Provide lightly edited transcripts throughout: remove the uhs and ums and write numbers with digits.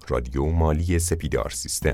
رادیو مالی سپیدار سیستم.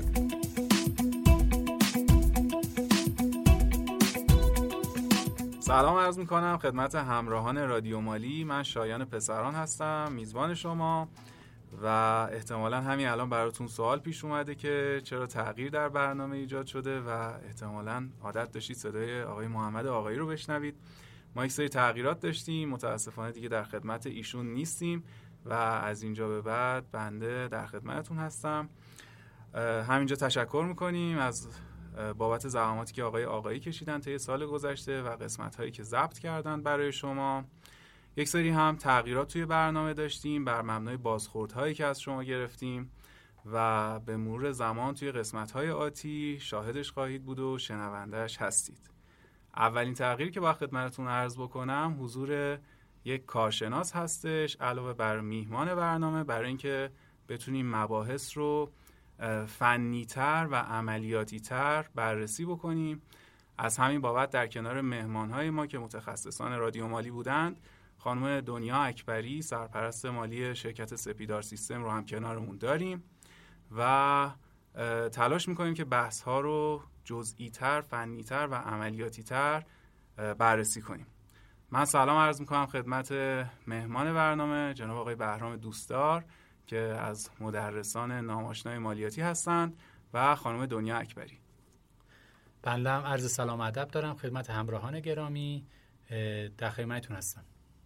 سلام عرض میکنم خدمت همراهان رادیو مالی. من شایان پسران هستم، میزبان شما، و احتمالاً همین الان براتون سوال پیش اومده که چرا تغییر در برنامه ایجاد شده و احتمالاً عادت داشتید صدای آقای محمد آقایی رو بشنوید. ما یک سری تغییرات داشتیم، متاسفانه دیگه در خدمت ایشون نیستیم و از اینجا به بعد بنده در خدمتتون هستم. همینجا تشکر میکنیم از بابت زحماتی که آقایی کشیدن طی سال گذشته و قسمت‌هایی که ضبط کردن برای شما. یک سری هم تغییرات توی برنامه داشتیم بر مبنای بازخوردهایی که از شما گرفتیم و به مرور زمان توی قسمت‌های آتی شاهدش خواهید بود و شنونده‌اش هستید. اولین تغییری که با خدمتتون عرض بکنم حضور یک کارشناس هستش علاوه بر میهمان برنامه، برای اینکه بتونیم مباحث رو فنی‌تر و عملیاتی‌تر بررسی بکنیم. از همین بابت در کنار مهمان‌های ما که متخصصان رادیو مالی بودند، خانم دنیا اکبری سرپرست مالی شرکت سپیدار سیستم رو هم کنارمون داریم و تلاش می‌کنیم که بحث‌ها رو جزئی‌تر، فنی‌تر و عملیاتی‌تر بررسی کنیم. من سلام عرض می‌کنم خدمت مهمان برنامه جناب آقای بهرام دوستدار که از مدرسان ناماشنای مالیاتی هستند و خانم دنیا اکبری. بنده هم عرض سلام ادب دارم خدمت همراهان گرامی، در خدمتتون هستم.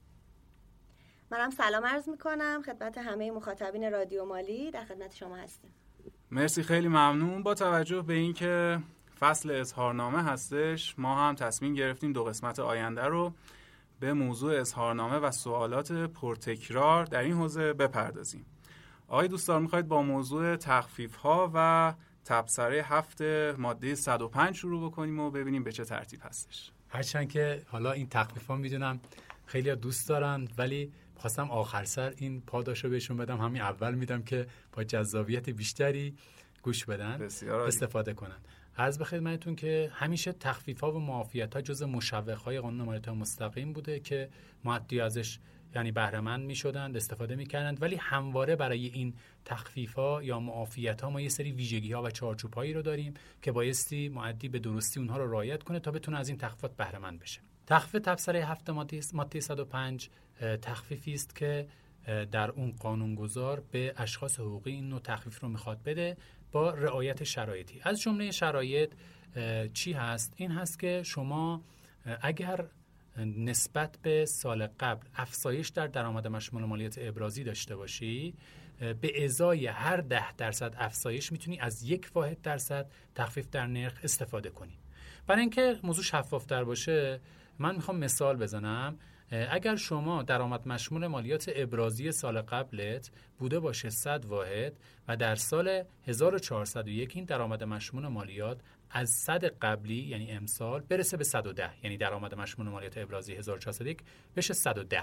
منم سلام عرض میکنم خدمت همه مخاطبین رادیو مالی، در خدمت شما هستیم. مرسی، خیلی ممنون. با توجه به اینکه فصل اظهارنامه هستش، ما هم تصمیم گرفتیم 2 قسمت آینده رو به موضوع اظهارنامه و سوالات پرتکرار در این حوزه بپردازیم. آقای دوستدار، میخواید با موضوع تخفیف‌ها و تبصره 7 ماده 105 شروع بکنیم و ببینیم به چه ترتیب هستش. هرچند که حالا این تخفیف‌ها میدونم خیلی دوست دارن، ولی خواستم آخر سر این پاداشو بهشون بدم، همین اول میدم که با جذابیت بیشتری گوش بدن، استفاده کنن. عرض به خدمتتون که همیشه تخفیف‌ها و معافیت‌ها جزء مشوق‌های قانون مالیات مستقیم بوده که معدی ازش یعنی بهره مند می‌شدند، استفاده می‌کردند، ولی همواره برای این تخفیف‌ها یا معافیت‌ها ما یه سری ویژگی‌ها و چارچوب‌هایی رو داریم که بایستی معدی به درستی اونها رو رعایت کنه تا بتونه از این تخفیفات بهره مند بشه. تخفیف تبصره 7 ماده 105 تخفیفی است که در اون قانونگذار به اشخاص حقوقی این نوع تخفیف رو میخواد بده با رعایت شرایطی. از جمله شرایط چی هست؟ این هست که شما اگر نسبت به سال قبل افزایش در درآمد مشمول مالیات ابرازی داشته باشی، به ازای هر 10% افزایش میتونی از 1% تخفیف در نرخ استفاده کنی. برای اینکه موضوع شفافتر باشه من میخوام مثال بزنم. اگر شما درآمد مشمول مالیات ابرازی سال قبلت بوده باشه 100 واحد و در سال 1401 این درآمد مشمول مالیات از 100 قبلی یعنی امسال برسه به 110، یعنی درآمد مشمول مالیات ابرازی 1401 بشه 110.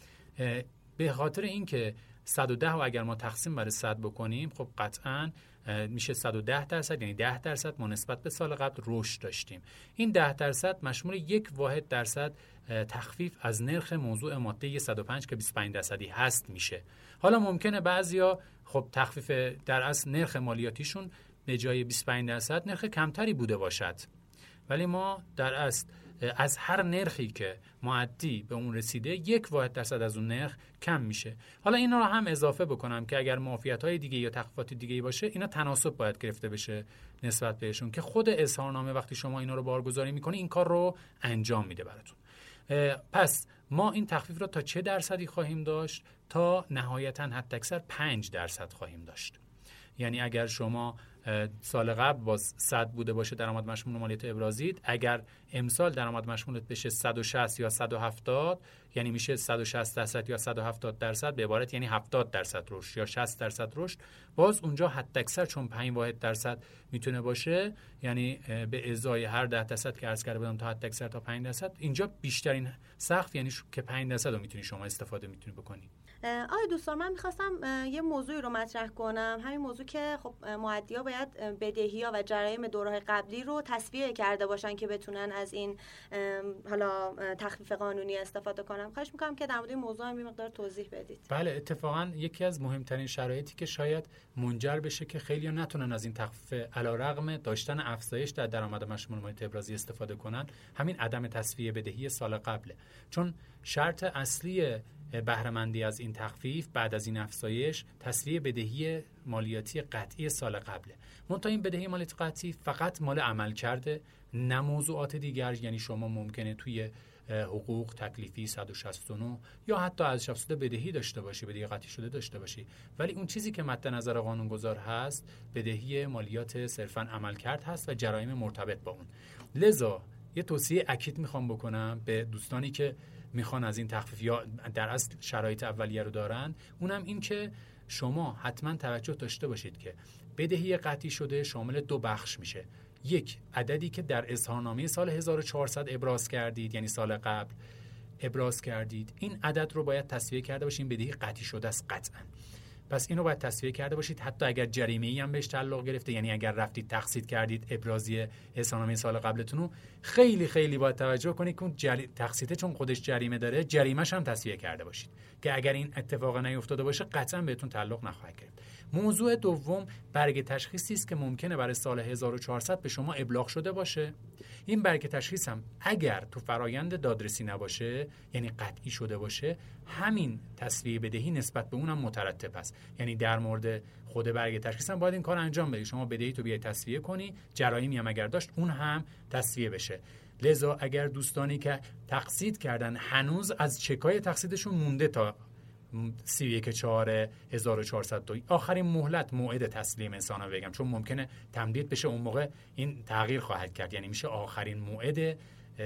به خاطر اینکه 110 رو اگر ما تقسیم بر 100 بکنیم خب قطعاً میشه 110%، یعنی 10% ما نسبت به سال قبل رشد داشتیم. این 10% مشمول 1% تخفیف از نرخ موضوع ماده 105 که 25% هست میشه. حالا ممکنه بعضیا خب تخفیف در اصل نرخ مالیاتیشون به جای 25% نرخ کمتری بوده باشد، ولی ما در اصل از هر نرخی که معدی به اون رسیده 1% از اون نرخ کم میشه. حالا اینا رو هم اضافه بکنم که اگر معافیت‌های دیگه یا تخفیفات دیگه باشه اینا تناسب باید گرفته بشه نسبت بهشون که خود اظهارنامه وقتی شما اینا رو بارگذاری میکنی این کار رو انجام میده براتون. پس ما این تخفیف رو تا چه درصدی خواهیم داشت؟ تا نهایتاً حداکثر 5% خواهیم داشت. یعنی اگر شما سال قبل باز 100 بوده باشه درآمد مشمول مالیات ابرازی، اگر امسال درآمد مشمولت بشه 160 یا 170، یعنی میشه 160% یا 170%، به عبارت یعنی 70% رشد یا 60% رشد، باز اونجا حداکثر چون 5% میتونه باشه، یعنی به ازای هر 10% که عرض کرده بودم تا حداکثر تا 5%، اینجا بیشترین سقف یعنی که 5% رو میتونی شما استفاده میتونی بکنی. آقای دوستان، من میخواستم یه موضوعی رو مطرح کنم، همین موضوع که خب مؤدی‌ها باید بدهی‌ها و جرایم دوره‌های قبلی رو تسویه کرده باشن که بتونن از این حالا تخفیف قانونی استفاده کنن. دارم. خواهش میکنم که در مورد این موضوع هم یه مقدار توضیح بدید. بله، اتفاقا یکی از مهمترین شرایطی که شاید منجر بشه که خیلی‌ها نتونن از این تخفیف علیرغم داشتن افزایش در درآمد مشمول مالیات ابرازی استفاده کنن، همین عدم تسویه بدهی سال قبله. چون شرط اصلی بهره‌مندی از این تخفیف بعد از این افزایش تسویه بدهی مالیاتی قطعی سال قبله. منتها این بدهی مالیاتی قطعی فقط مال عمل کرده، نه موضوعات دیگر. یعنی شما ممکنه توی حقوق تکلیفی 169 یا حتی از شخصیت بدهی داشته باشی، بدهی قطعی شده داشته باشی، ولی اون چیزی که مد نظر قانونگذار هست بدهی مالیات صرفاً عملکرد هست و جرایم مرتبط با اون. لذا یه توصیه اکید میخوام بکنم به دوستانی که میخوان از این تخفیف یا در اصل شرایط اولیه رو دارن، اونم این که شما حتما توجه داشته باشید که بدهی قطعی شده شامل دو بخش میشه. یک، عددی که در اظهارنامه سال 1400 ابراز کردید، یعنی سال قبل ابراز کردید، این عدد رو باید تسویه کرده باشید. بدهی قطعی شده است قطعاً، پس اینو باید تسویه کرده باشید. حتی اگر جریمه‌ای هم بهش تعلق گرفته، یعنی اگر رفتید تقسیط کردید ابرازی اظهارنامه سال قبلتون رو، خیلی خیلی باید توجه کنید که اون تقسیطه چون خودش جریمه داره، جریمه‌ش هم تسویه کرده باشید که اگر این اتفاق نیفتاده باشه قطعاً بهتون تعلق نخواهد گرفت. موضوع دوم برگ تشخیصی است که ممکنه برای سال 1400 به شما ابلاغ شده باشه. این برگ تشخیص هم اگر تو فرایند دادرسی نباشه، یعنی قطعی شده باشه، همین تسویه بدهی نسبت به اونم مترتب است. یعنی در مورد خود برگ تشخیص هم باید این کار انجام بدی. شما بدهی تو بیای تسویه کنی، جرایمی هم اگر داشت اون هم تسویه بشه. لذا اگر دوستانی که تقسیط کردن هنوز از چکای تقسیطشون مونده تا 31/4/1402 آخرین مهلت موعد تسلیم اظهارنامه بگم، چون ممکنه تمدید بشه، اون موقع این تغییر خواهد کرد، یعنی میشه آخرین موعد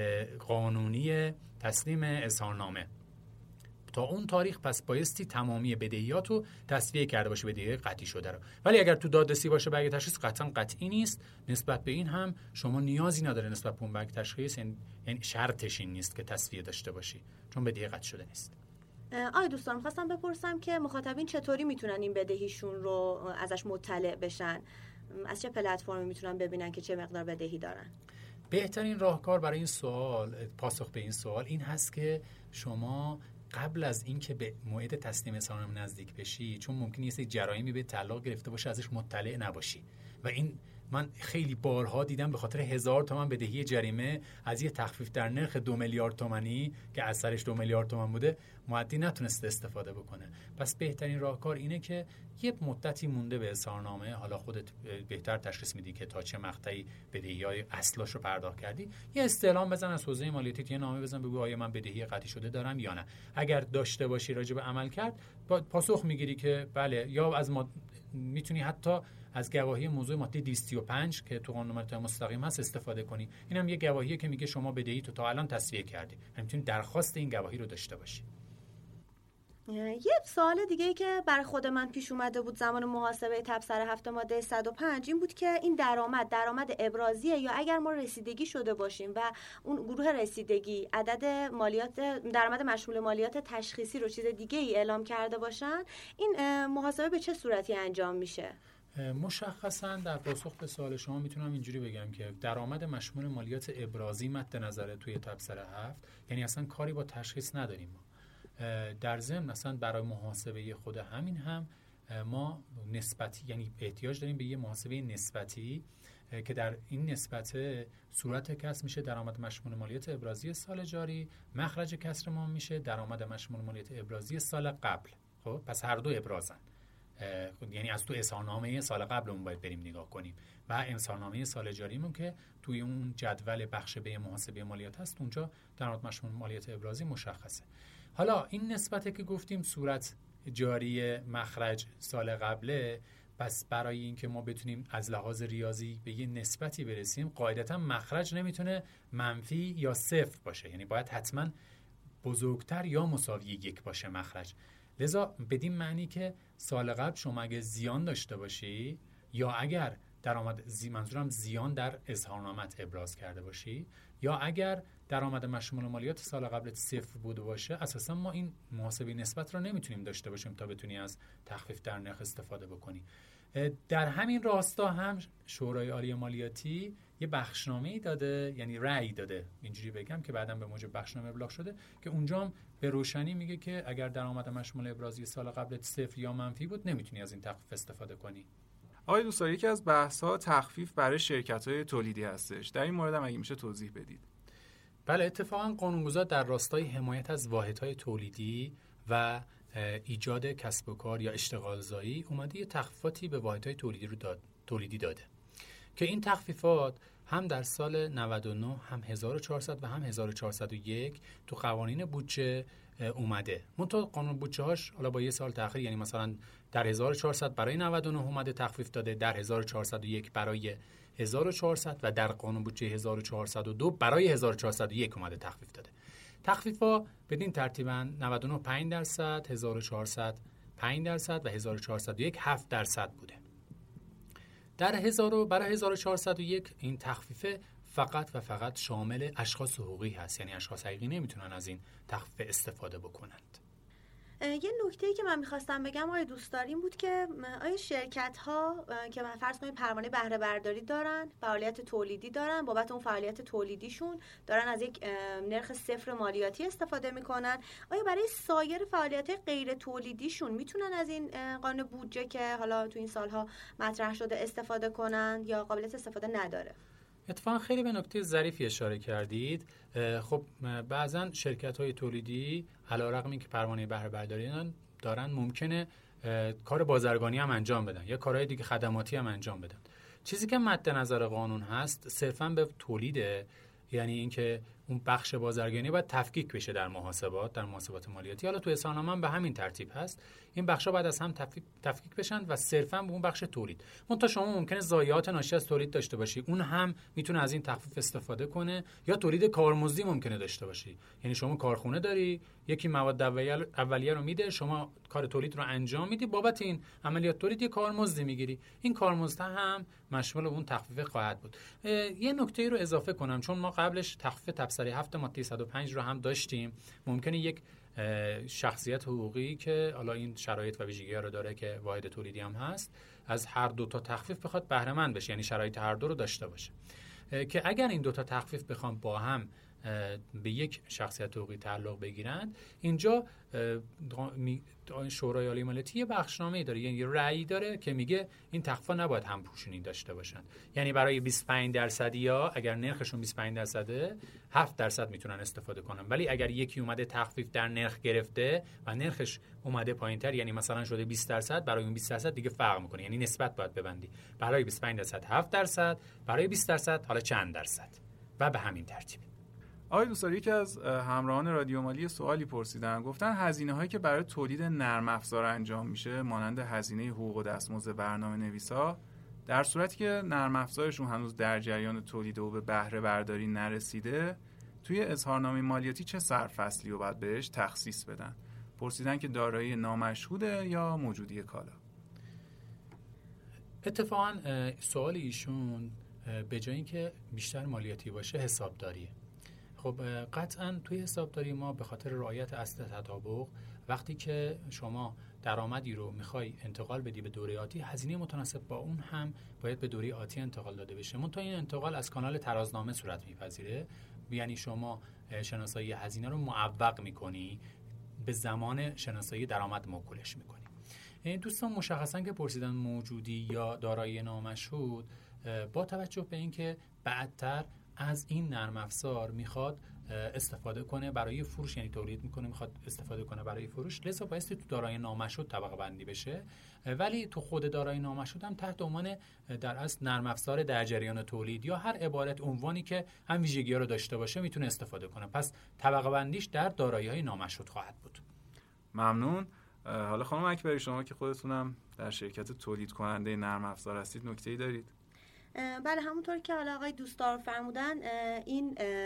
قانونی تسلیم اظهارنامه. تا اون تاریخ پس بایستی تمامی بدهیات رو تسویه کرده باشه، بدهی قطعی شده رو. ولی اگر تو دادرسی باشه برگ تشخیص قطعا قطعی نیست. نسبت به این هم شما نیازی نداره نسبت به اون برگ تشخیص، یعنی شرطش این نیست که تسویه داشته باشی، چون بدهی قطعی شده نیست. دوستان خواستم بپرسم که مخاطبین چطوری میتونن این بدهیشون رو ازش مطلع بشن؟ از چه پلتفرمی میتونن ببینن که چه مقدار بدهی دارن؟ بهترین راهکار برای این سوال، پاسخ به این سوال این هست که شما قبل از اینکه به موعد تسلیم اظهارنامه نزدیک بشی، چون ممکنه یه سری جرایمی به تعلق گرفته باشه ازش مطلع نباشی و این من خیلی بارها دیدم به خاطر 1000 تومان بدهی جریمه از یه تخفیف در نرخ 2 میلیارد تومانی که اثرش 2 میلیارد تومان بوده مؤدی نتونسته استفاده بکنه. پس بهترین راهکار اینه که یه مدتی مونده به اظهارنامه، حالا خودت بهتر تشخیص میدی که تا چه مقطعی بدهی‌های اصلاش رو پرداخت کردی، یه استعلام بزن از حوزه مالیاتی، یه نامه بزن بگو آیا من بدهی قطعی شده دارم یا نه. اگر داشته باشی راجع به عمل کرد پاسخ میگیری که بله، یا از میتونی حتی از گواهی موضوع ماده 235 که تو قانون مالیات مستقیم هست استفاده کنی. اینم یه گواهیه که میگه شما بدهی تو تا الان تسویه کردی، میتونی درخواست این گواهی رو داشته باشی. یه سوال دیگه ای که برای خود من پیش اومده بود زمان محاسبه تبصره 7 ماده 105 این بود که این درآمد ابرازیه یا اگر ما رسیدگی شده باشیم و اون گروه رسیدگی عدد مالیات درآمد مشمول مالیات تشخیصی رو چیز دیگه ای اعلام کرده باشن، این محاسبه به چه صورتی انجام میشه؟ مشخصاً در پاسخ به سوال شما میتونم اینجوری بگم که درآمد مشمول مالیات ابرازی مد نظر توی تبصره 7 یعنی اصلا کاری با تشخیص نداریم. در ضمن اصلا برای محاسبه خود همین هم ما نسبتی، یعنی احتیاج داریم به یه محاسبه نسبتی که در این نسبت صورت کسر میشه درآمد مشمول مالیات ابرازی سال جاری، مخرج کسر ما میشه درآمد مشمول مالیات ابرازی سال قبل. خب پس هر دو ابرازن، یعنی از تو اظهارنامه سال قبلمون باید بریم نگاه کنیم و اظهارنامه سال جاریمون که توی اون جدول بخش به محاسبه مالیات هست اونجا درآمد مشمول مالیات ابرازی مشخصه. حالا این نسبته که گفتیم صورت جاری مخرج سال قبله، پس برای اینکه ما بتونیم از لحاظ ریاضی به یه نسبتی برسیم قاعدتا مخرج نمیتونه منفی یا صفر باشه، یعنی باید حتما بزرگتر یا مساوی 1 باشه مخرج. لذا بدین معنی که سال قبل شما اگه زیان داشته باشی یا اگر درآمد منظورم زیان در اظهارنامه ابراز کرده باشی، یا اگر درآمد مشمول مالیات سال قبل صفر بوده باشه، اساسا ما این محاسبه نسبت رو نمیتونیم داشته باشیم تا بتونی از تخفیف در نرخ استفاده بکنی. در همین راستا هم شورای عالی مالیاتی یه بخشنامه‌ای داده، یعنی رأی داده، اینجوری بگم که بعداً به موجب بخشنامه ابلاغ شده، که اونجا هم به روشنی میگه که اگر درآمد مشمول ابرازی سال قبل صفر یا منفی بود نمیتونی از این تخفیف استفاده کنی. آقای دوستان، یکی از بحث‌ها تخفیف برای شرکت‌های تولیدی هستش. در این مورد هم اگه میشه توضیح بدید. بله، اتفاقاً قانونگذار در راستای حمایت از واحدهای تولیدی و ایجاد کسب و کار یا اشتغال زایی اومده یه تخفیفاتی به واحدهای تولیدی داده که این تخفیفات هم در سال 99 هم 1400 و هم 1401 تو قوانین بودجه اومده. منتها قانون بودجه هاش حالا با یه سال تأخیر، یعنی مثلا در 1400 برای 99 اومده تخفیف داده، در 1401 برای 1400 و در قانون بودجه 1402 برای 1401 اومده تخفیف داده. تخفیف‌ها بدین ترتیباً 99 5%، 1400 5% و 1401 7% بوده. برای 1401 این تخفیف فقط و فقط شامل اشخاص حقوقی هست، یعنی اشخاص حقیقی نمیتونن از این تخفیف استفاده بکنند. یه نکته‌ای که من می‌خواستم بگم آقای دوستداریم بود که آیا شرکت‌ها که من فرض کنید پروانه بهره برداری دارن، فعالیت تولیدی دارن، بابت اون فعالیت تولیدیشون دارن از یک نرخ صفر مالیاتی استفاده می‌کنن، آیا برای سایر فعالیت غیر تولیدیشون میتونن از این قانون بودجه که حالا تو این سال‌ها مطرح شده استفاده کنن یا قابلیت استفاده نداره؟ اتفاقا خیلی به نکته ظریفی اشاره کردید. خب بعضا شرکت‌های تولیدی علی‌رغم اینکه پروانه بهره برداری دارن ممکنه کار بازرگانی هم انجام بدن یا کارهای دیگه خدماتی هم انجام بدن. چیزی که مد نظر قانون هست صرفاً به تولیده، یعنی اینکه اون بخش بازرگانی باید تفکیک بشه در محاسبات مالیاتی. حالا تو اظهارنامه هم به همین ترتیب هست، این بخشا باید از هم تفکیک بشن و صرفاً به اون بخش تولید. منتها شما ممکنه ضایعات ناشی از تولید داشته باشی، اون هم میتونه از این تخفیف استفاده کنه، یا تولید کارمزدی ممکنه داشته باشی، یعنی شما کارخونه داری، یکی مواد اولیه رو میده، شما کار تولید رو انجام میدی، بابت این عملیات تولید یه کارمزدی میگیری، این کارمزد هم مشمول اون تخفیف خواهد بود. یه نکته رو اضافه کنم، چون ما قبلش تخفیف تبصره 7 ماده 105 رو هم داشتیم، ممکنه یک شخصیت حقوقی که حالا این شرایط و ویژگی‌ها رو داره که واحد تولیدی هم هست، از هر دو تا تخفیف بخواد بهره مند بشه، یعنی شرایط هر دو رو داشته باشه، که اگر این دو تا تخفیف بخوام با هم به یک شخصیت حقوقی تعلق بگیرند، اینجا شورای عالی مالیاتی یه بخشنامه‌ای داره، یعنی رأی داره که میگه این تخفیف‌ها نباید همپوشانی داشته باشن، یعنی برای 25% یا اگر نرخشون 25% 7% میتونن استفاده کنن، ولی اگر یکی اومده تخفیف در نرخ گرفته و نرخش اومده پایین‌تر، یعنی مثلا شده 20%، برای اون 20% دیگه فرق میکنه، یعنی نسبت باید ببندی، برای 25% 7%، برای 20% حالا چند درصد و به همین ترتیب. آقای دوستان، یکی از همراهان رادیو مالی سوالی پرسیدن، گفتن هزینه‌هایی که برای تولید نرم افزار انجام میشه مانند هزینه حقوق و دستمزد برنامه‌نویسا، در صورتی که نرم افزارشون هنوز در جریان تولید و به بهره برداری نرسیده، توی اظهارنامه مالیاتی چه سرفصلی رو باید بهش تخصیص بدن؟ پرسیدن که دارایی نامشهوده یا موجودی کالا. اتفاقا سوال ایشون به جای اینکه بیشتر مالیاتی باشه حسابداریه. خب قطعاً توی حسابداری ما به خاطر رعایت اصل تطابق، وقتی که شما درآمدی رو میخوای انتقال بدی به دوره آتی، هزینه متناسب با اون هم باید به دوره آتی انتقال داده بشه. منتها این انتقال از کانال ترازنامه صورت میپذیره، یعنی شما شناسایی هزینه رو معوق میکنی، به زمان شناسایی درآمد موکولش میکنی. این دوستان مشخصاً که پرسیدن موجودی یا دارایی نامشهود، با توجه به اینکه بعدتر از این نرم افزار میخواد استفاده کنه برای فروش، یعنی تولید میکنه میخواد استفاده کنه برای فروش، لذا بایستی تو دارایی نامشهود طبقه بندی بشه، ولی تو خود دارایی نامشهود هم تحت عنوان در اصل نرم افزار در جریان تولید یا هر عبارت عنوانی که هم ویژگی‌ها رو داشته باشه میتونه استفاده کنه. پس طبقه بندیش در دارایی‌های نامشهود خواهد بود. ممنون. حالا خانم اکبری، شما که خودتونم در شرکت تولید کننده نرم افزار هستید، نکته‌ای دارید؟ بله، همونطور که حالا آقای دوستدار فرمودن، این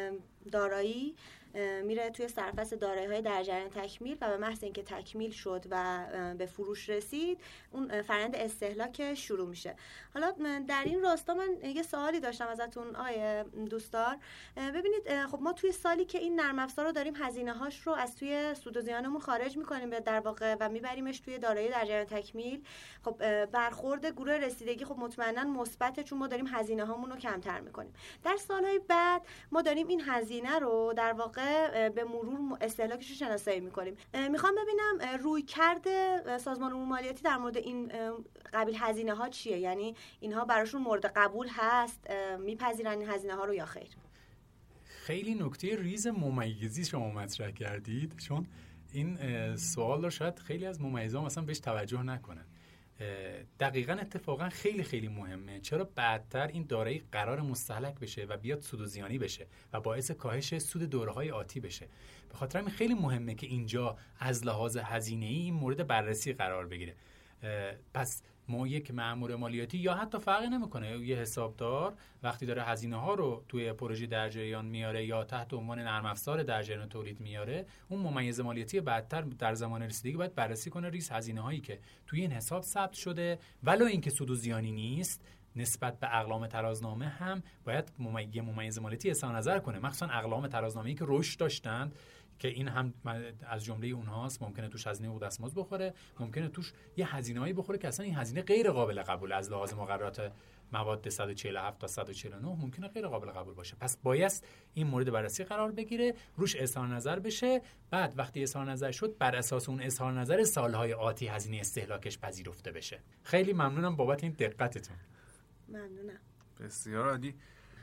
دارایی میره توی سرفصل دارایی‌های در جریان تکمیل و به محض اینکه تکمیل شد و به فروش رسید اون فرآیند استهلاک شروع میشه. حالا در این راستا من یه سوالی داشتم ازتون آقای دوستدار. ببینید خب ما توی سالی که این نرم افزار رو داریم هزینه‌هاش رو از توی سود و زیانمون خارج می‌کنیم به در واقع و میبریمش توی دارایی در جریان تکمیل، خب برخورد گروه رسیدگی خب مطمئنا مثبته، چون ما داریم هزینه‌هامون رو کمتر می‌کنیم. در سال‌های بعد ما داریم این هزینه رو در واقع به مرور استهلاکش رو شناسایی می‌کنیم. میخوام ببینم رویکرد سازمان امور مالیاتی در مورد این قبیل هزینه‌ها چیه؟ یعنی اینها براشون مورد قبول هست، میپذیرن این هزینه‌ها رو یا خیر؟ خیلی نکته ریز ممیزی شما مطرح کردید، چون این سوال رو شاید خیلی از ممیزان مثلا بهش توجه نکنن. دقیقاً اتفاقا خیلی خیلی مهمه. چرا بعدتر این دارایی قرار مستهلک بشه و بیاد سود و زیانی بشه و باعث کاهش سود دوره‌های آتی بشه؟ به خاطر همین خیلی مهمه که اینجا از لحاظ هزینه‌ای این مورد بررسی قرار بگیره. پس ما یک مأمور مالیاتی یا حتی فرقی نمیکنه یه حسابدار وقتی داره هزینه ها رو توی پروژه در جریان میاره یا تحت عنوان نرم افزار در جریان تولید میاره، اون ممیز مالیاتی بعدتر در زمان رسیدگی باید بررسی کنه ریز هزینه هایی که توی این حساب ثبت شده ولو اینکه سود و زیانی نیست نسبت به اقلام ترازنامه هم باید ممیز مالیاتی اظهار نظر کنه، مخصوصا اقلام ترازنامه‌ای که رشد داشتند که این هم از جمله اونهاست. ممکنه توش هزینه و دستمزد بخوره، ممکنه توش یه هزینه‌ای بخوره که اصلا این هزینه غیر قابل قبول از لحاظ مقررات مواد 147 تا 149 ممکنه غیر قابل قبول باشه. پس باید این مورد بررسی قرار بگیره، روش اظهار نظر بشه. بعد وقتی اظهار نظر شد بر اساس اون اظهار نظر سالهای آتی هزینه استهلاکش پذیرفته بشه. خیلی ممنونم بابت این دقتتون. ممنونم. بسیار عالی.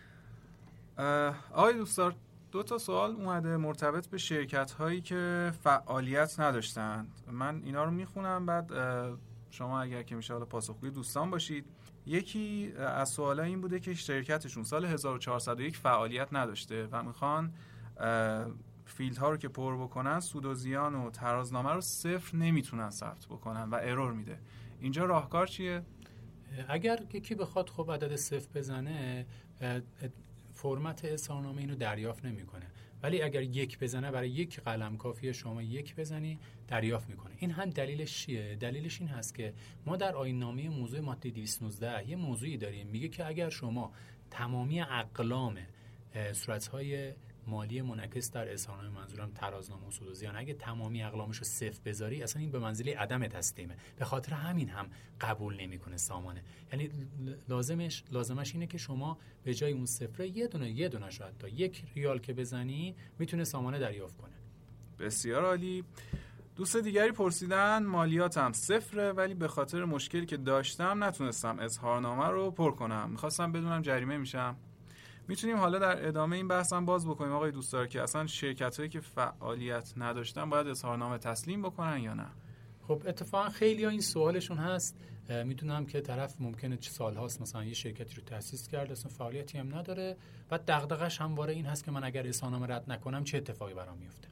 آقای دوستدار، 2 سوال اومده مرتبط به شرکت هایی که فعالیت نداشتند. من اینا رو میخونم، بعد شما اگر که میشه حالا پاسخگوی دوستان باشید. یکی از سوال‌ها این بوده که شرکتشون سال 1401 فعالیت نداشته و میخوان فیلدها رو که پر بکنن سود و زیان و ترازنامه رو صفر نمیتونن ثبت بکنن و ارور میده. اینجا راهکار چیه؟ اگر یکی بخواد خب عدد صفر بزنه فرمت اظهارنامه اینو دریافت نمیکنه، ولی اگر 1 بزنه برای 1 قلم کافیه شما 1 بزنی دریافت میکنه. این هم دلیلش چیه؟ دلیلش این هست که ما در آیین‌نامه موضوع ماده 219 یه موضوعی داریم میگه که اگر شما تمامی اقلام صورت‌های مالی منعکس در اظهارنامه، منظورم ترازنامه و سود و زیان، اگه تمامی اقلامش رو صفر بذاری اصلا این به منزله عدم تسلیمه. به خاطر همین هم قبول نمیکنه سامانه. یعنی لازمش اینه که شما به جای اون صفر یه دونه شاید تا 1 ریال که بزنی میتونه سامانه دریافت کنه. بسیار عالی. دوست دیگری پرسیدن مالیاتم صفره ولی به خاطر مشکلی که داشتم نتونستم اظهارنامه رو پر کنم، میخواستم بدونم جریمه میشم. میتونیم حالا در ادامه این بحث هم باز بکنیم آقای دوستدار که اصلا شرکتایی که فعالیت نداشتن باید اظهارنامه تسلیم بکنن یا نه؟ خب اتفاقا خیلی ها این سوالشون هست. میدونم که طرف ممکنه سالهاست مثلا یه شرکتی رو تأسیس کرده اصلا فعالیتی هم نداره و دغدغش همواره این هست که من اگر اظهارنامه رد نکنم چه اتفاقی برام میفته.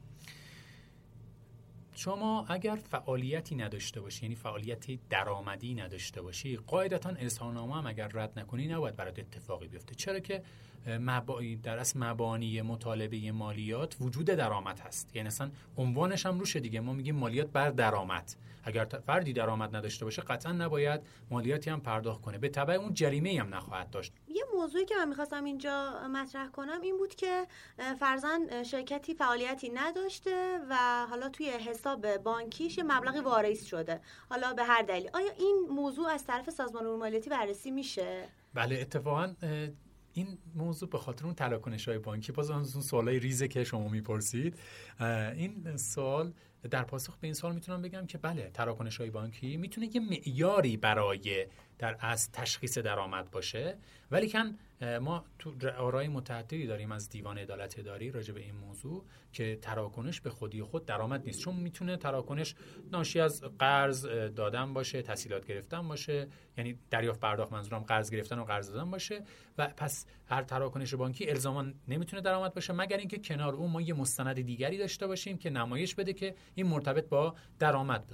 شما اگر فعالیتی نداشته باشی، یعنی فعالیتی درآمدی نداشته باشی، قاعدتاً اظهارنامه هم اگر رد نکنی نباید برات اتفاقی بیفته. چرا که در اصل مبانی مطالبه مالیات وجود درآمد هست، یعنی اصلا عنوانش هم روشه دیگه، ما میگیم مالیات بر درآمد. اگر فردی درآمد نداشته باشه قطعا نباید مالیاتی هم پرداخت کنه، به تبع اون جریمه‌ای هم نخواهد داشت. یه موضوعی که من می‌خواستم اینجا مطرح کنم این بود که فرضاً شرکتی فعالیتی نداشته و حالا توی حساب بانکیش یه مبلغی واریز شده، حالا به هر دلیل. آیا این موضوع از طرف سازمان امور مالیاتی بررسی میشه؟ بله اتفاقاً این موضوع به خاطر اون تلاکنش‌های بانکی، باز اون سوالای ریزه که شما میپرسید، این سوال در پاسخ به این سوال میتونم بگم که بله تراکنش‌های بانکی میتونه یه معیاری برای در از تشخیص درآمد باشه، ولی کن ما تو آرای متعددی داریم از دیوان عدالت اداری راجع به این موضوع که تراکنش به خودی خود درآمد نیست، چون میتونه تراکنش ناشی از قرض دادن باشه، تسهیلات گرفتن باشه، یعنی دریافت پرداخت، منظورم قرض گرفتن و قرض دادن باشه، و پس هر تراکنش بانکی الزاما نمیتونه درآمد باشه مگر اینکه کنار اون ما یه مستند دیگری داشته باشیم که نمایش بده که این مرتبط با درآمد بوده.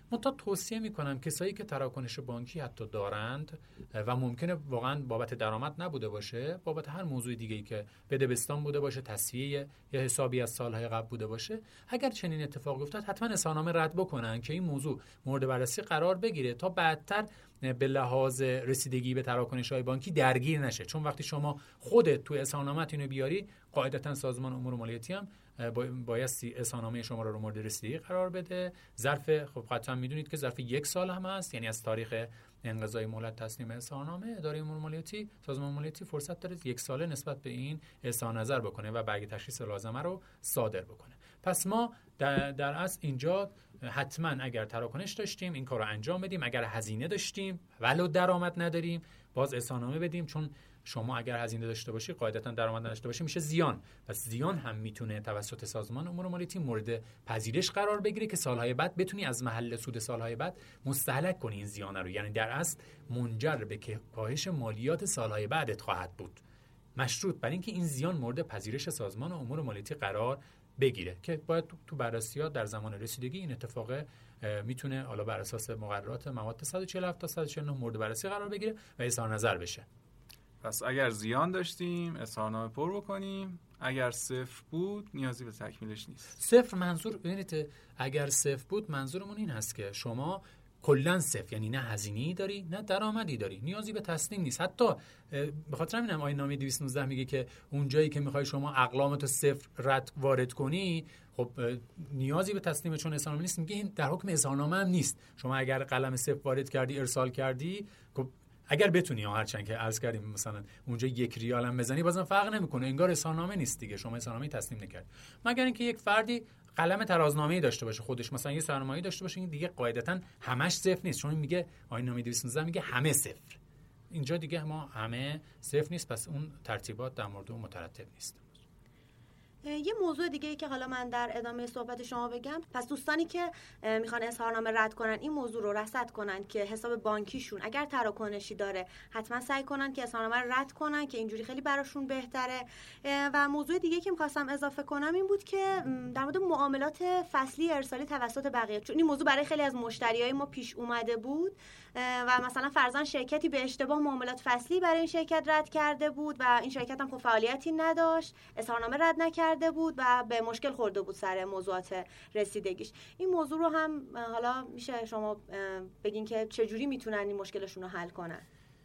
منتها توصیه میکنم کسایی که تراکنش بانکی حتی دارند و ممکنه واقعا بابت درآمد نبوده باشه، بابت هر موضوع دیگه‌ای که بدبستان بوده باشه، تسویه یا حسابی از سالهای قبل بوده باشه، اگر چنین اتفاقی افتاد حتما اظهارنامه رد بکنن که این موضوع مورد بررسی قرار بگیره تا بعدتر به لحاظ رسیدگی به تراکنش‌های بانکی درگیر نشه. چون وقتی شما خودت تو اظهارنامه اینو بیاری، قاعدتاً سازمان امور مالیاتی هم بایستی اظهارنامه شما رو مورد رسیدگی قرار بده. ظرف خب قطعا میدونید که ظرف 1 سال هم هست، یعنی از تاریخ انقضای مهلت تسلیم اظهارنامه اداره امور مالیاتی، سازمان مالیاتی فرصت داره 1 ساله نسبت به این اظهار نظر بکنه و برگ تشخیص لازمه رو صادر بکنه. پس ما در اصل اینجا حتما اگر تراکنش داشتیم این کار رو انجام بدیم، اگر هزینه داشتیم ولو درآمد نداریم باز اظهارنامه بدیم، چون شما اگر هزینه داشته باشی قاعدتاً درآمد نداشته باشی میشه زیان. پس زیان هم میتونه توسط سازمان امور مالیاتی مورد پذیرش قرار بگیره که سالهای بعد بتونی از محل سود سالهای بعد مستهلک کنی این زیان رو، یعنی در اصل منجر به کاهش مالیات سالهای بعدت خواهد بود، مشروط بر اینکه این زیان مورد پذیرش سازمان امور مالیاتی قرار بگیره که باید تو بررسی‌ها در زمان رسیدگی این اتفاق میتونه حالا بر اساس مقررات مواد 147 تا 149 مورد بررسی قرار بگیره و اظهار نظر بشه. پس اگر زیان داشتیم اظهارنامه پر بکنیم، اگر صفر بود نیازی به تکمیلش نیست. صفر منظور ببینید اگر صفر بود منظورمون این هست که شما کلا صفر، یعنی نه هزینه‌ای داری نه درآمدی داری، نیازی به تسلیم نیست. حتی به خاطر همینم آیین نامه 219 میگه که اون جایی که میخوای شما اقلامتو صفر رد وارد کنی خب نیازی به تسلیم چون اظهارنامه نیست، میگه این در حکم اظهارنامه هم نیست. شما اگر قلم صفر وارد کردی ارسال کردی خب اگر بتونی هرچند که عرض کردیم مثلا اونجا 1 ریال هم بزنی بازم فرق نمیکنه، انگار اظهارنامه نیست دیگه، شما اظهارنامه تسلیم نکردی. مگر اینکه یک فردی قلم ترازنامه‌ای داشته باشه خودش، مثلا یه سرمایه‌ای داشته باشه، این دیگه قاعدتاً همش صفر نیست، چون میگه آیین نامه 219 میگه همه صفر. اینجا دیگه ما همه صفر نیست، پس اون ترتیبات در مورد اون مترتب نیست. یه موضوع دیگه ای که حالا من در ادامه صحبت شما بگم، پس دوستانی که میخوان اظهارنامه رد کنن این موضوع رو رصد کنن که حساب بانکیشون اگر تراکنشی داره حتما سعی کنن که اظهارنامه رو رد کنن که اینجوری خیلی براشون بهتره. و موضوع دیگه که میخواستم اضافه کنم این بود که در مورد معاملات فصلی ارسالی توسط بقیه، چون این موضوع برای خیلی از مشتریای ما پیش اومده بود و مثلا فرضاً شرکتی به اشتباه معاملات فصلی برای این شرکت رد کرده بود و این شرکت هم خب فعالیتی نداشت، اظهارنامه رد نکرده بود و به مشکل خورده بود سر موضوعات رسیدگیش. این موضوع رو هم حالا میشه شما بگین که چجوری میتونن این مشکلشون رو حل کنن؟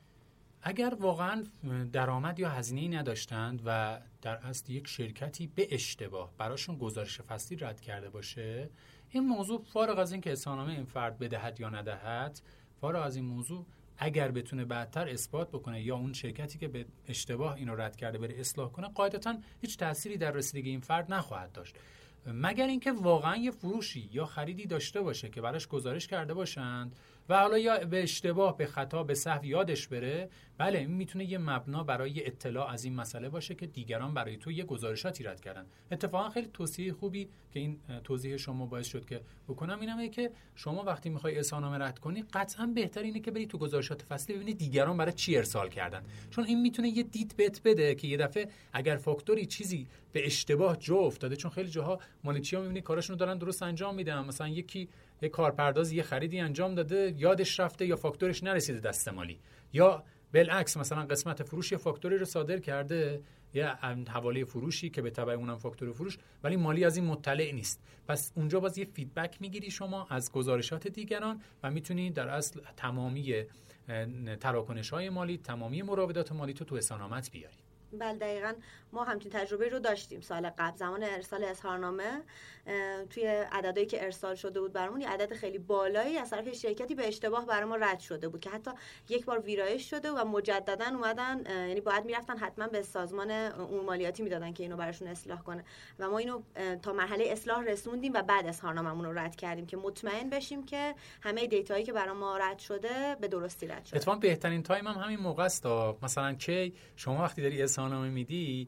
اگر واقعا درآمد یا هزینه‌ای نداشتند و در اصل یک شرکتی به اشتباه براشون گزارش فصلی رد کرده باشه، این موضوع فارغ از این که اظهارنامه این فرد بدهد یا ندهد، فارغ از این موضوع اگر بتونه بعدتر اثبات بکنه یا اون شرکتی که به اشتباه اینو رد کرده بره اصلاح کنه، قاعدتاً هیچ تأثیری در رسیدگی این فرد نخواهد داشت، مگر اینکه واقعا یه فروشی یا خریدی داشته باشه که براش گزارش کرده باشند و حالا یا به اشتباه به خطا به سهو یادش بره. بله این میتونه یه مبنا برای اطلاع از این مسئله باشه که دیگران برای تو یه گزارشاتی رد کردن. اتفاقا خیلی توصیه خوبی که این توضیح شما باعث شد که بکنم اینه که شما وقتی میخوای اظهارنامه رد کنی قطعا بهتر اینه که بری تو گزارشات فصلی ببینی دیگران برای چی ارسال کردن، چون این میتونه یه دید بهت بده که یه دفعه اگر فاکتوری چیزی به اشتباه جا افتاده، چون خیلی جاها مالیچی‌ها میبینی کاراشونو دارن درست انجام میدن، مثلا یکی یه کارپرداز یه خریدی انجام داده یادش رفته یا فاکتورش نرسیده دست مالی، یا بالعکس مثلا قسمت فروش یه فاکتوری رو صادر کرده یا حواله فروشی که به تبع اونم فاکتور فروش، ولی مالی از این مطلع نیست. پس اونجا باز یه فیدبک میگیری شما از گزارشات دیگران و میتونی در اصل تمامی تراکنش‌های مالی، تمامی مراودات مالی تو اظهارنامه‌ات بیاری. بله دقیقاً ما همچین تجربه رو داشتیم سال قبل. زمان ارسال اظهارنامه توی عددی که ارسال شده بود برامون یه عدد خیلی بالایی از طرف شرکتی به اشتباه برامون رد شده بود که حتی یک بار ویرایش شده و مجددا اومدن، یعنی باید میرفتن حتما به سازمان امور مالیاتی میدادن که اینو براشون اصلاح کنه و ما اینو تا مرحله اصلاح رسوندیم و بعد اظهارنامه‌مون رو رد کردیم که مطمئن بشیم که همه دیتایی که برام ما رد شده به درستی رد شده. اتفاقا بهترین تایم هم همین موقع است. مثلا کی شما وقتی داری اظهارنامه میدی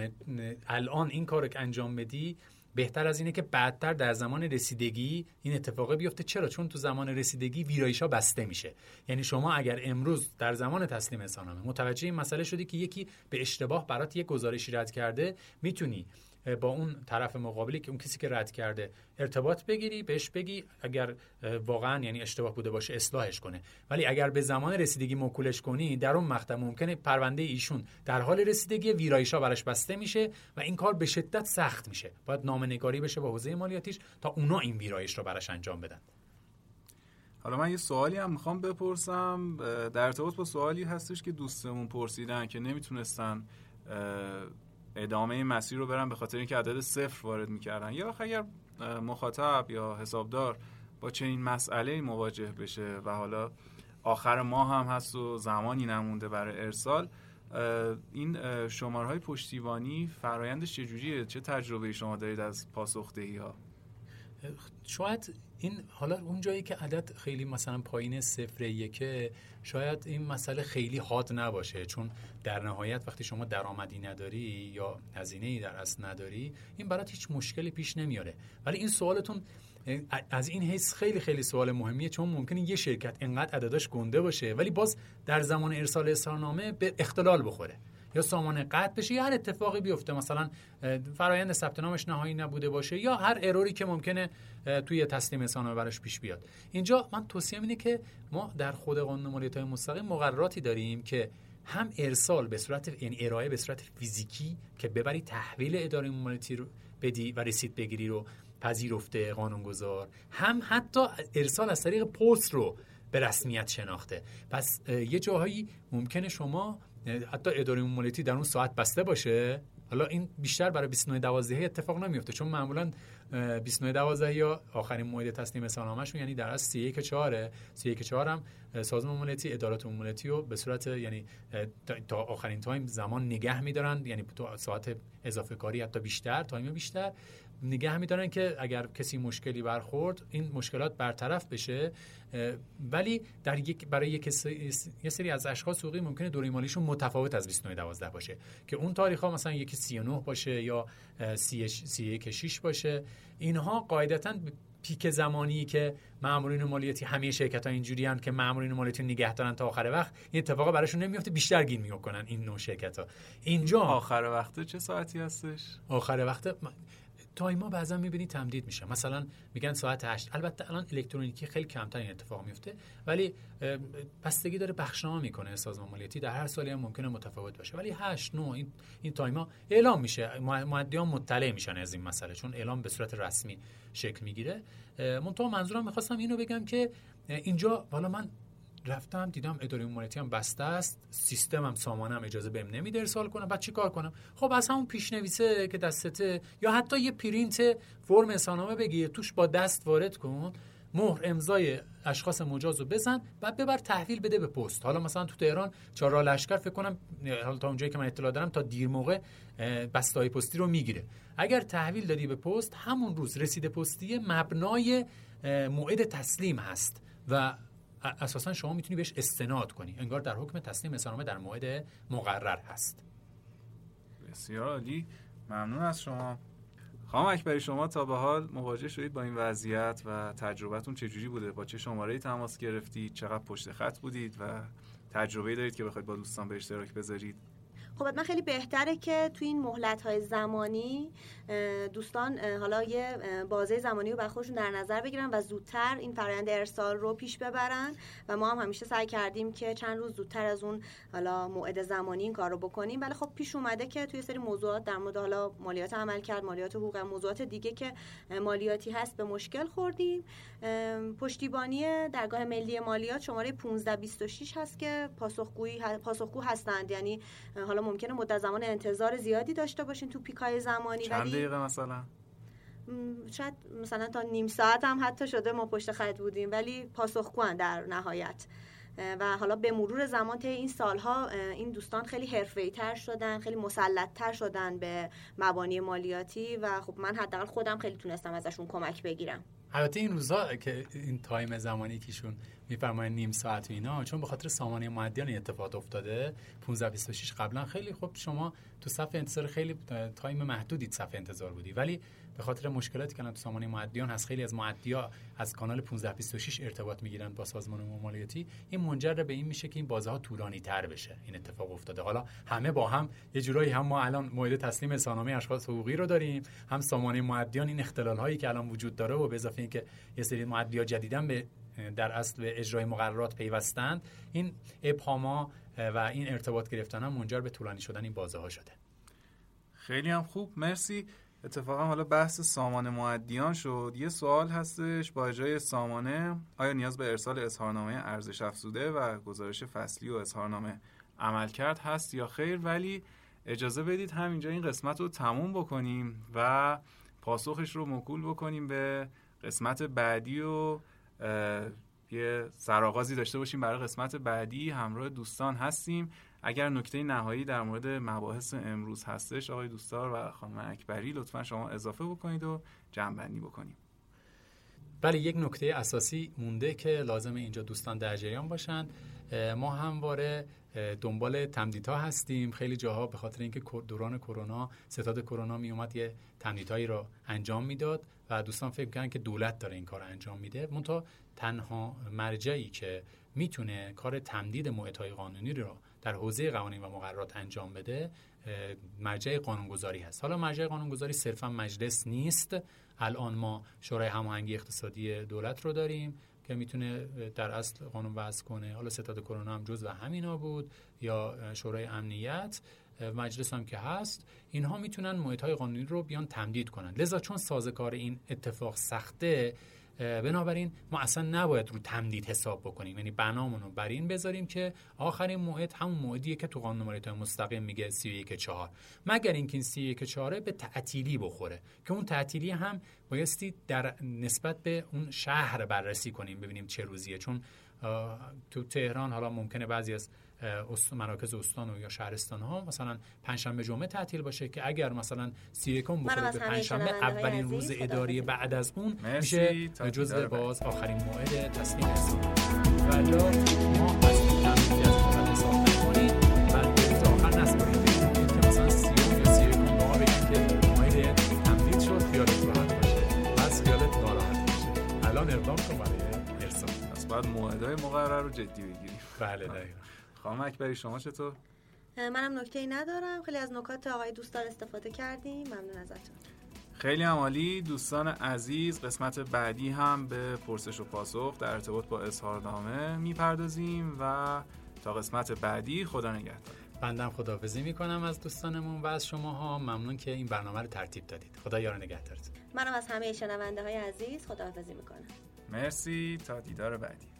الان این کارو که انجام بدی بهتر از اینه که بعدتر در زمان رسیدگی این اتفاق بیفته. چرا؟ چون تو زمان رسیدگی ویرایش‌ها بسته میشه. یعنی شما اگر امروز در زمان تسلیم اظهارنامه متوجه این مسئله شدی که یکی به اشتباه برات یک گزارشی رد کرده، میتونی با اون طرف مقابلی که اون کسی که رد کرده ارتباط بگیری، بهش بگی اگر واقعا یعنی اشتباه بوده باشه اصلاحش کنه. ولی اگر به زمان رسیدگی موکولش کنی، در اون مقطع ممکنه پرونده ایشون در حال رسیدگی، ویرایش‌ها براش بسته میشه و این کار به شدت سخت میشه. باید نامه‌نگاری بشه با حوزه مالیاتیش تا اونا این ویرایش رو براش انجام بدن. حالا من یه سوالی هم میخوام بپرسم در ارتباط با سوالی هستش که دوستمون پرسیدن که نمیتونستن ادامه این مسیر رو برن به خاطر اینکه عدد 0 وارد میکردن. یا اگر مخاطب یا حسابدار با چنین مسئله مواجه بشه و حالا آخر ماه هم هست و زمانی نمونده برای ارسال، این شمارهای پشتیبانی فرایندش چجوریه؟ چه تجربه شما دارید از پاسخدهی ها؟ شاید این حالا اون جایی که عدد خیلی مثلا پایین 0.1 شاید این مسئله خیلی حاد نباشه، چون در نهایت وقتی شما درآمدی نداری یا هزینه‌ای در اصل نداری این برات هیچ مشکلی پیش نمیاره. ولی این سوالتون از این حیث خیلی خیلی سوال مهمیه، چون ممکنه یه شرکت اینقدر عدداش گنده باشه ولی باز در زمان ارسال اظهارنامه به اختلال بخوره یا سامانه قطع بشه یا هر اتفاقی بیفته، مثلا فرایند ثبت نامش نهایی نبوده باشه یا هر اروری که ممکنه توی تسلیم اظهارنامه براش پیش بیاد. اینجا من توصیه‌ام اینه که ما در خود قانون مالیات‌های مستقیم مقرراتی داریم که هم ارسال به صورت یعنی ارائه به صورت فیزیکی که ببری تحویل اداره مالیاتی رو بدی و رسید بگیری رو پذیرفته قانونگذار، هم حتی ارسال از طریق پست رو به رسمیت شناخته. پس یه جاهایی ممکنه شما حتی اداره مالیاتی در اون ساعت بسته باشه. حالا این بیشتر برای 29/12 اتفاق نمیفته، چون معمولا 29/12 یا آخرین موعد تسلیم اظهارنامه‌شون یعنی در اصل 31/4 هم سازمان مالیاتی ادارات مالیاتی رو به صورت یعنی تا آخرین تایم زمان نگه می‌دارن، یعنی تو ساعت اضافه کاری حتی بیشتر، تایم بیشتر نگه می‌دارن که اگر کسی مشکلی برخورد این مشکلات برطرف بشه. ولی برای یک سری از اشخاص حقوقی ممکنه دوره مالیشون متفاوت از 29/12 باشه که اون تاریخ‌ها مثلا یکی 39 باشه یا 31/6 باشه. اینها قاعدتاً پیک زمانی که مامورین مالیاتی همه شرکت‌ها اینجوریان که مامورین مالیاتی نگه دارن تا آخر وقت، این اتفاقا براشون نمیفته، بیشتر گیر میکنن این نوع شرکت‌ها. اینجا آخر وقت چه ساعتی هستش؟ آخر وقت تایما بعضا می‌بینی تمدید میشه، مثلا میگن ساعت 8. البته الان الکترونیکی خیلی کمتر این اتفاق میفته، ولی بستگی داره بخشنامه میکنه سازمان مالیاتی، در هر سالی هم ممکنه متفاوت باشه، ولی 8 9 این تایما اعلام میشه، مؤدیان مطلع میشن از این مسئله چون اعلام به صورت رسمی شکل میگیره. منتها منظورم میخواستم اینو بگم که اینجا حالا من رفتم دیدم اداره مالیاتی هم بسته است، سیستمم سامانم اجازه بهم نمیده ارسال کنم، بعد چیکار کنم؟ خب از همون پیشنویسه که دستته یا حتی یه پرینت فرم اظهارنامه بگیر، توش با دست وارد کن، مهر امضای اشخاص مجاز رو بزن، بعد ببر تحویل بده به پست. حالا مثلا تو تهران چهارراه لشکر فکر کنم حالا تا اونجایی که من اطلاع دارم تا دیر موقع بسته‌های پستی رو میگیره. اگر تحویل دادی به پست همون روز رسید پستی مبنای موعد تسلیم هست و اساسا شما میتونی بهش استناد کنی، انگار در حکم تسلیم اظهارنامه در موعد مقرر هست. بسیار عالی، ممنون از شما. خانم اکبری، شما تا به حال مواجه شدید با این وضعیت و تجربتون چجوری بوده؟ با چه شماره‌ای تماس گرفتید؟ چقدر پشت خط بودید و تجربه‌ای دارید که بخواید با دوستان به اشتراک بذارید؟ خب حتما خیلی بهتره که تو این مهلت‌های زمانی دوستان حالا یه بازه زمانی رو برای خودشون در نظر بگیرن و زودتر این فرآیند ارسال رو پیش ببرن و ما هم همیشه سعی کردیم که چند روز زودتر از اون حالا موعد زمانی این کار رو بکنیم. ولی خب پیش اومده که توی سری موضوعات در مورد حالا مالیات عملکرد، مالیات حقوق، موضوعات دیگه که مالیاتی هست به مشکل خوردیم. پشتیبانی درگاه ملی مالیات شماره 1526 هست که پاسخگو هستند، یعنی حالا ممکنه مدت زمان انتظار زیادی داشته باشین تو پیکای زمانی. چند دقیقه مثلا؟ شاید مثلا تا نیم ساعت هم حتی شده ما پشت خط بودیم، ولی پاسخگوان در نهایت. و حالا به مرور زمان طی این سالها این دوستان خیلی حرفه‌ای‌تر شدن، خیلی مسلط‌تر شدن به مبانی مالیاتی و خب من حداقل خودم خیلی تونستم ازشون کمک بگیرم. البته این روزا که این تایم زمانی کهشون میفرماین نیم ساعت و اینا، چون به خاطر سامانه مؤدیان اتفاق افتاده 15-26 قبلا خیلی خب شما تو صف انتظار خیلی تایم محدودی صف انتظار بودی، ولی به خاطر مشکلاتی که الان تو سامانه مؤدیان هست، خیلی از مؤدی‌ها از کانال 1526 ارتباط میگیرن با سازمان عمومی مالیاتی، این منجر به این میشه که این بازه‌ها طولانی‌تر بشه. این اتفاق افتاده. حالا همه با هم یه جورایی هم ما الان موعد تسلیم اظهارنامه اشخاص حقوقی رو داریم، هم سامانه مؤدیان این اختلال‌هایی که الان وجود داره و به اضافه اینکه یه سری مؤدی‌ها جدیداً به در اصل به اجرای مقررات پیوستند، این ابهام‌ها و این ارتباط گرفتن هم منجر به طولانی شدن این بازه‌ها شده. خیلی هم خوب، مرسی. اتفاقا حالا بحث سامانه مؤدیان شد، یه سوال هستش، با اجرای سامانه آیا نیاز به ارسال اظهارنامه ارزش افزوده و گزارش فصلی و اظهارنامه عملکرد هست یا خیر؟ ولی اجازه بدید همینجا این قسمت رو تموم بکنیم و پاسخش رو موکول بکنیم به قسمت بعدی و یه سرآغازی داشته باشیم برای قسمت بعدی. همراه دوستان هستیم. اگر نکته نهایی در مورد مباحث امروز هستش آقای دوستدار و خانم اکبری لطفا شما اضافه بکنید و جمع‌بندی بکنیم. بله، یک نکته اساسی مونده که لازم اینجا دوستان در جریان باشن. ما همواره دنبال تمدیدها هستیم. خیلی جاها به خاطر اینکه دوران کرونا، ستاد کرونا می اومد یه تمدیدهایی رو انجام میداد و دوستان فکر می‌کردن که دولت داره این کار انجام میده. منتها تنها مرجعی که میتونه کار تمدید موعدهای قانونی رو در حوزه قوانین و مقررات انجام بده مرجع قانونگذاری هست. حالا مرجع قانونگذاری صرفا مجلس نیست. الان ما شورای هماهنگی اقتصادی دولت رو داریم که میتونه در اصل قانون وضع کنه. حالا ستاد کرونا هم جزو همینا بود، یا شورای امنیت، مجلس هم که هست. اینها میتونن موعدهای قانونی رو بیان تمدید کنن. لذا چون سازوکار این اتفاق سخته، بنابراین ما اصلا نباید رو تمدید حساب بکنیم، یعنی بنامون رو بر این بذاریم که آخرین موعد همون موعدیه که تو قانون مالیات مستقیم میگه 31/4، مگر اینکه این 31/4 به تعطیلی بخوره که اون تعطیلی هم بایستی در نسبت به اون شهر بررسی کنیم ببینیم چه روزیه. چون تو تهران حالا ممکنه بعضی از مراکز استان و یا شهرستان ها مثلا پنجشنبه جمعه تعطیل باشه که اگر مثلا 31 بخوره به پنجشنبه اولین روز اداری بعد از اون میشه جزء باز آخرین موعد تسلیم حساب. ولی ما از این تمدید از حساب نکنید و تا آخر نسپارید که مثلا 30 یا 31 ما بگید که موعد تمدید شد، خیالت راحت باشه. بس خیالت ناراحت باشه. الان اقدام کن برای ارسال. پس بعد موعدهای مقرر رو جدی بگیریم. بله دقیقاً. خانم اکبری شما چطور؟ منم نکته‌ای ندارم. خیلی از نکات آقای دوستدار استفاده کردیم. ممنون ازتون. خیلی عالی. دوستان عزیز، قسمت بعدی هم به پرسش و پاسخ در ارتباط با اظهارنامه میپردازیم و تا قسمت بعدی خدا نگهدار. بندم خداحافظی میکنم از دوستانمون و از شماها. ممنون که این برنامه رو ترتیب دادید. خدا یار نگهدارتون. منم از همه شنونده های عزیز خداحافظی میکنم. مرسی، تا دیدار بعدی.